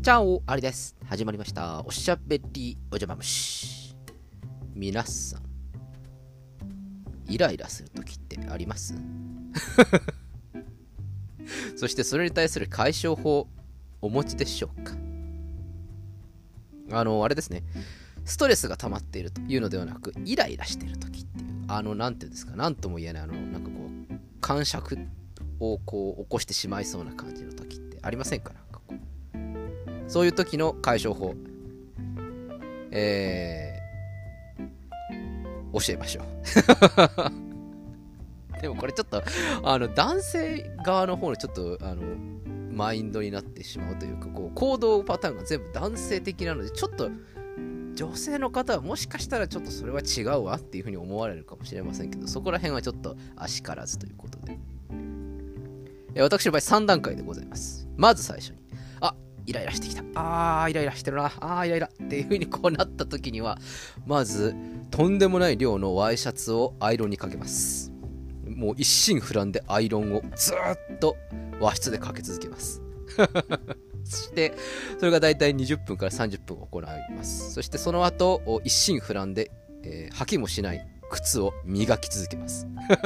チャオあれです。始まりました。おしゃべりおじゃま虫。皆さん、イライラするときってあります？そしてそれに対する解消法、お持ちでしょうか？あれですね。ストレスが溜まっているというのではなく、イライラしているときっていう、なんていうんですか、なんとも言えない、なんかこう、感触をこう起こしてしまいそうな感じのときってありませんか？なんかこうそういう時の解消法、教えましょう。でもこれちょっと、男性側の方のちょっと、マインドになってしまうというか、こう、行動パターンが全部男性的なので、ちょっと、女性の方はもしかしたらちょっとそれは違うわっていうふうに思われるかもしれませんけど、そこら辺はちょっとあしからずということで。私の場合3段階でございます。まず最初に、イライラしてきた。イライラしてるな。イライラっていう風にこうなった時には、まず、とんでもない量のワイシャツをアイロンにかけます。もう一心不乱でアイロンをずーっと和室でかけ続けます。そして、それがだいたい20分から30分行います。そしてその後、一心不乱で、履きもしない靴を磨き続けます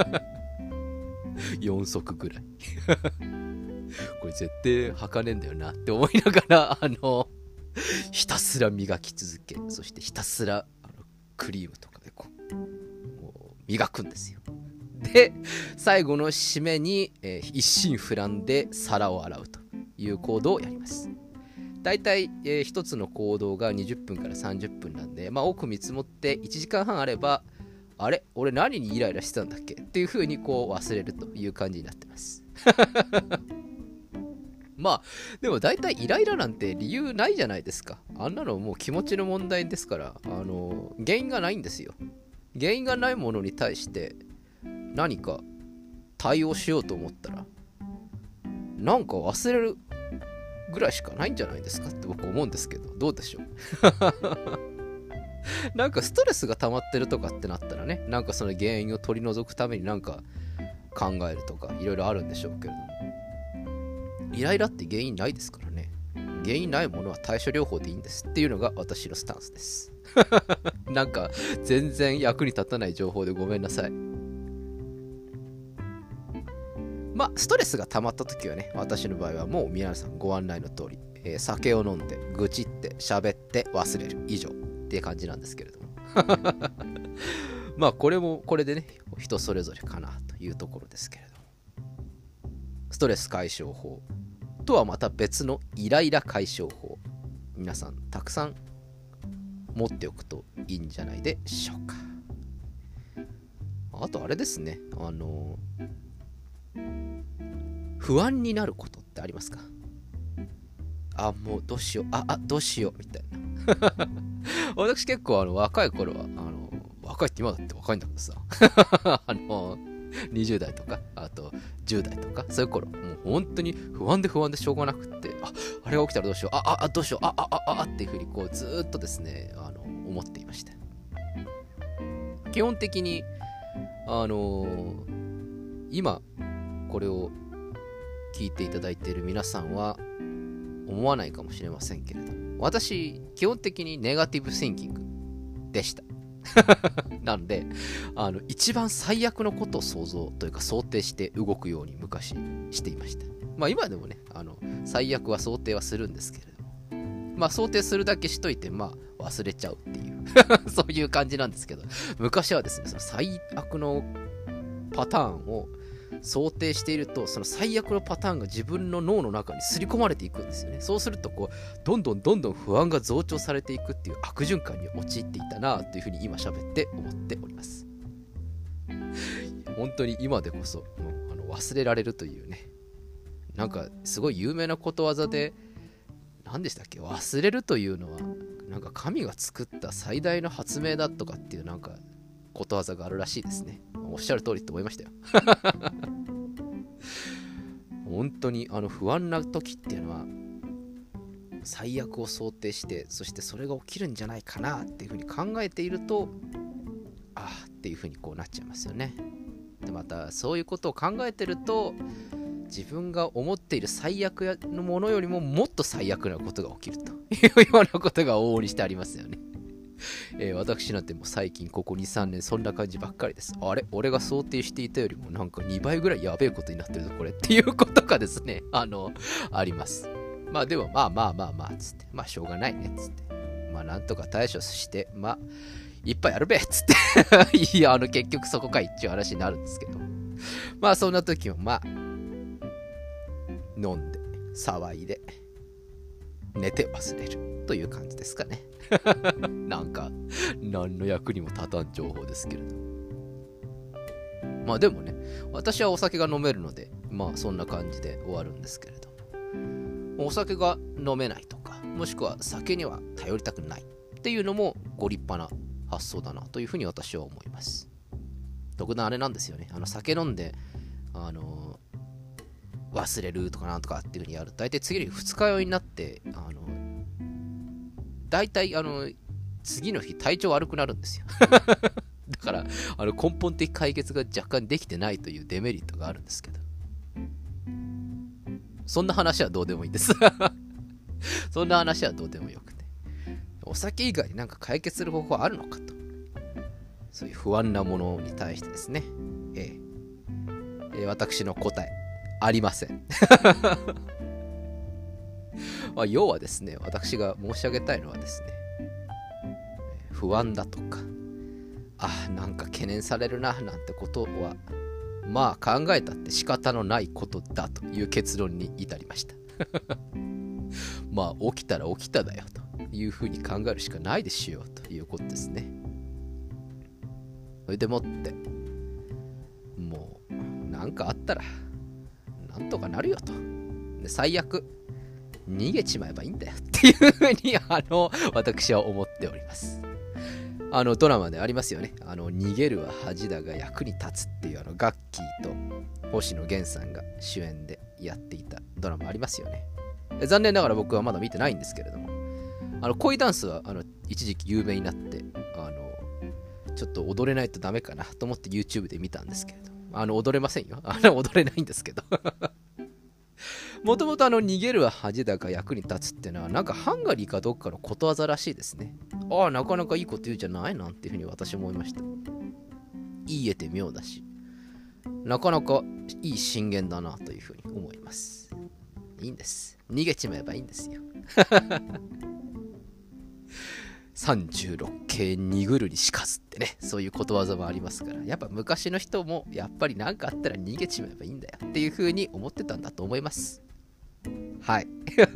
。4足ぐらい。これ絶対履かねえんだよなって思いながら、ひたすら磨き続け、そしてひたすらクリームとかでこう、もう磨くんですよ。で、最後の締めに、一心不乱で皿を洗うという行動をやります。だいたい一つの行動が20分から30分なんで、多く見積もって1時間半あれば、あれ俺何にイライラしてたんだっけっていう風にこう忘れるという感じになってます。でも大体イライラなんて理由ないじゃないですか。あんなのもう気持ちの問題ですから、原因がないんですよ。原因がないものに対して何か対応しようと思ったら、なんか忘れるぐらいしかないんじゃないですかって僕思うんですけど、どうでしょう。なんかストレスが溜まってるとかってなったらね、なんかその原因を取り除くためになんか考えるとかいろいろあるんでしょうけれども、イライラって原因ないですからね。原因ないものは対処療法でいいんですっていうのが私のスタンスです。なんか全然役に立たない情報でごめんなさい。ストレスが溜まった時はね、私の場合はもう皆さんご案内の通り、酒を飲んで愚痴って喋って忘れる以上っていう感じなんですけれども。これもこれでね、人それぞれかなというところですけれども、ストレス解消法とはまた別のイライラ解消法、皆さんたくさん持っておくといいんじゃないでしょうか。あとあれですね、不安になることってありますか？もうどうしよう、どうしようみたいな。私結構若い頃は若いって今だって若いんだけどさ20代とかあと10代とかそういう頃、もう本当に不安でしょうがなくって、あれが起きたらどうしよう、どうしよう、っていうふうにこうずーっとですね思っていました。基本的に今これを聞いていただいている皆さんは思わないかもしれませんけれど、私基本的にネガティブシンキングでした。なんで一番最悪のことを想像というか想定して動くように昔していました。今でもね最悪は想定はするんですけれども、想定するだけしといて忘れちゃうっていうそういう感じなんですけど、昔はですねその最悪のパターンを想定していると、その最悪のパターンが自分の脳の中に刷り込まれていくんですよね。そうするとこうどんどん不安が増長されていくっていう悪循環に陥っていたなというふうに今喋って思っております。本当に今でこそ忘れられるというね、なんかすごい有名なことわざで何でしたっけ、忘れるというのはなんか神が作った最大の発明だとかっていうなんかことわざがあるらしいですね。おっしゃる通りって思いましたよ。本当に不安な時っていうのは最悪を想定して、そしてそれが起きるんじゃないかなっていうふうに考えているとっていうふうにこうなっちゃいますよね。でまたそういうことを考えてると自分が思っている最悪のものよりももっと最悪なことが起きるというようなことが往々にしてありますよね。私なんてもう最近ここ 2,3 年そんな感じばっかりです。あれ俺が想定していたよりもなんか2倍ぐらいやべえことになってるぞこれっていうことがですね、あります。まあでもまあつって、まあしょうがないねつって、まあなんとか対処して、まあいっぱいやるべっつっていや結局そこかいっちゅう話になるんですけど、まあそんな時もまあ飲んで騒いで寝て忘れるという感じですかねなんか何の役にも立たん情報ですけれど、まあでもね、私はお酒が飲めるのでまあそんな感じで終わるんですけれども、お酒が飲めないとか、もしくは酒には頼りたくないっていうのもご立派な発想だなというふうに私は思います。特段あれなんですよね、酒飲んで忘れるとかなんとかっていう風にやると大体次の日二日酔いになって大体次の日体調悪くなるんですよだから根本的解決が若干できてないというデメリットがあるんですけど、そんな話はどうでもいいんですそんな話はどうでもよくて、お酒以外になんか解決する方法はあるのかと、そういう不安なものに対してですね、私の答えありませんまあ要はですね、私が申し上げたいのはですね、不安だとかなんか懸念されるななんてことはまあ考えたって仕方のないことだという結論に至りましたまあ起きたら起きただよというふうに考えるしかないでしょうということですね。それでもってもうなんかあったらなんとかなるよと、で最悪逃げちまえばいいんだよっていうふうに私は思っております。ドラマでありますよね、逃げるは恥だが役に立つっていうガッキーと星野源さんが主演でやっていたドラマありますよね。残念ながら僕はまだ見てないんですけれども、恋ダンスは一時期有名になってちょっと踊れないとダメかなと思って YouTube で見たんですけれど、踊れませんよ踊れないんですけどもともと逃げるは恥だが役に立つってのはなんかハンガリーかどっかのことわざらしいですね。なかなかいいこと言うじゃないなんていうふうに私思いました。言えて妙だし、なかなかいい進言だなというふうに思います。いいんです、逃げちまえばいいんですよ36系にぐるにしかずってね、そういうことわざもありますから、やっぱ昔の人もやっぱり何かあったら逃げちまえばいいんだよっていう風に思ってたんだと思います。はい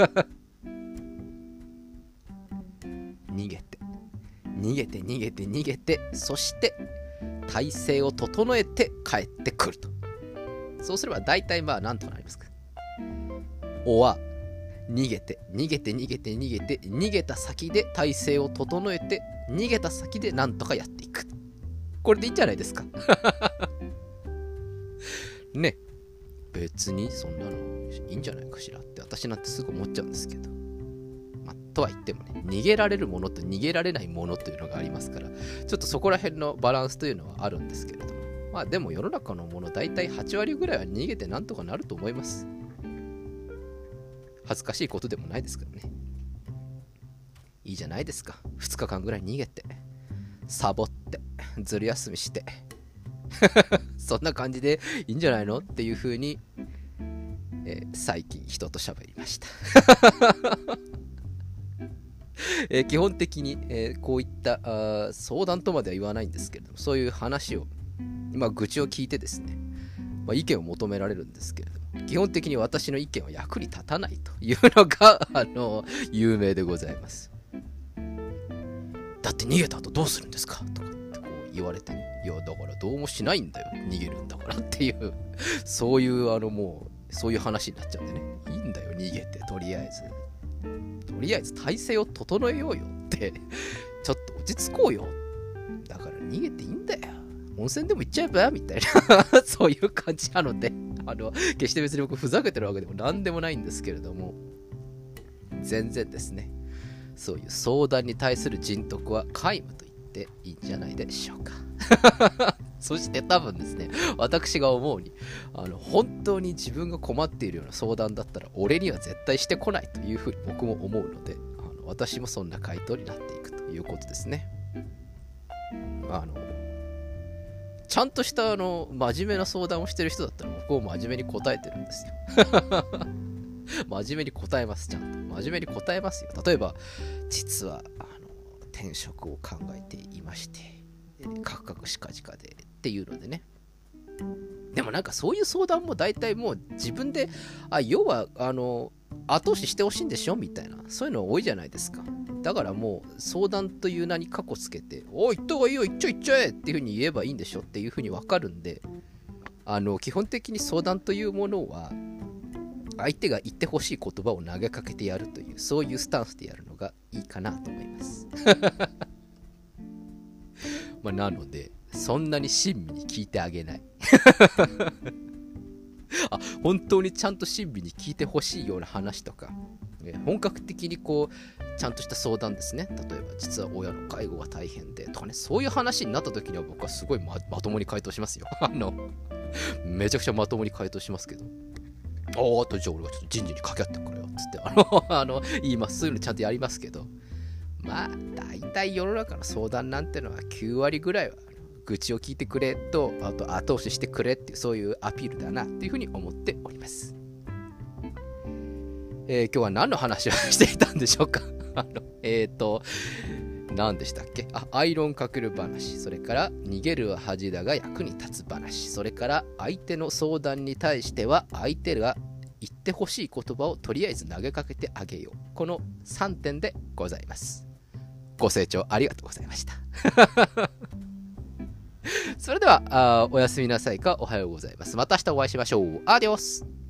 逃げて逃げて逃げて逃げて、そして体勢を整えて帰ってくると。そうすれば大体まあなんとかなりますか。おは逃げて逃げて逃げて逃げて逃げた先で体勢を整えて逃げた先でなんとかやっていく。これでいいんじゃないですかね、別にそんなのいいんじゃないかしらって私なんてすぐ思っちゃうんですけど、とは言ってもね、逃げられるものと逃げられないものというのがありますから、ちょっとそこら辺のバランスというのはあるんですけれども、まあでも世の中のもの大体8割ぐらいは逃げてなんとかなると思います。恥ずかしいことでもないですからね。いいじゃないですか、2日間ぐらい逃げてサボってずる休みしてそんな感じでいいんじゃないのっていう風に、最近人と喋りました基本的に、こういった相談とまでは言わないんですけれども、そういう話を、愚痴を聞いてですね、意見を求められるんですけれども、基本的に私の意見は役に立たないというのが有名でございます。だって逃げた後どうするんですかとかってこう言われてね、いやだからどうもしないんだよ、逃げるんだからっていうそういうもうそういう話になっちゃうんでね、いいんだよ逃げて、とりあえず体勢を整えようよってちょっと落ち着こうよ、だから逃げていいんだよ、温泉でも行っちゃえばみたいなそういう感じなので、決して別に僕ふざけてるわけでもなんでもないんですけれども、全然ですね、そういう相談に対する人徳は皆無と言っていいんじゃないでしょうか。そして多分ですね、私が思うに、本当に自分が困っているような相談だったら、俺には絶対してこないというふうに僕も思うので、私もそんな回答になっていくということですね。ちゃんとした真面目な相談をしてる人だったら僕も真面目に答えてるんですよ。真面目に答えます。ちゃんと真面目に答えますよ。例えば実は転職を考えていまして、カクカクしかじかでっていうのでね。でもなんかそういう相談も大体もう自分で要は後押ししてほしいんでしょみたいな、そういうの多いじゃないですか。だからもう相談という名にカコつけて、おい行った方がいいよ、行っちゃえ行っちゃえっていう風に言えばいいんでしょっていう風に分かるんで、基本的に相談というものは相手が言ってほしい言葉を投げかけてやるという、そういうスタンスでやるのがいいかなと思います。なのでそんなに親身に聞いてあげない。本当にちゃんと親身に聞いてほしいような話とか、本格的にこうちゃんとした相談ですね。例えば実は親の介護が大変でとかね、そういう話になった時には僕はすごい まともに回答しますよ。めちゃくちゃまともに回答しますけど、じゃあ俺がちょっと人事に掛け合ってくれよっつって言います。そういうのちゃんとやりますけど、大体世の中の相談なんてのは9割ぐらいは愚痴を聞いてくれと、あと後押ししてくれっていう、そういうアピールだなっていうふうに思っております。今日は何の話をしていたんでしょうか。何でしたっけ。アイロンかける話、それから逃げるは恥だが役に立つ話、それから相手の相談に対しては相手が言ってほしい言葉をとりあえず投げかけてあげよう、この3点でございます。ご清聴ありがとうございました。それではおやすみなさいかおはようございます。また明日お会いしましょう。アディオス。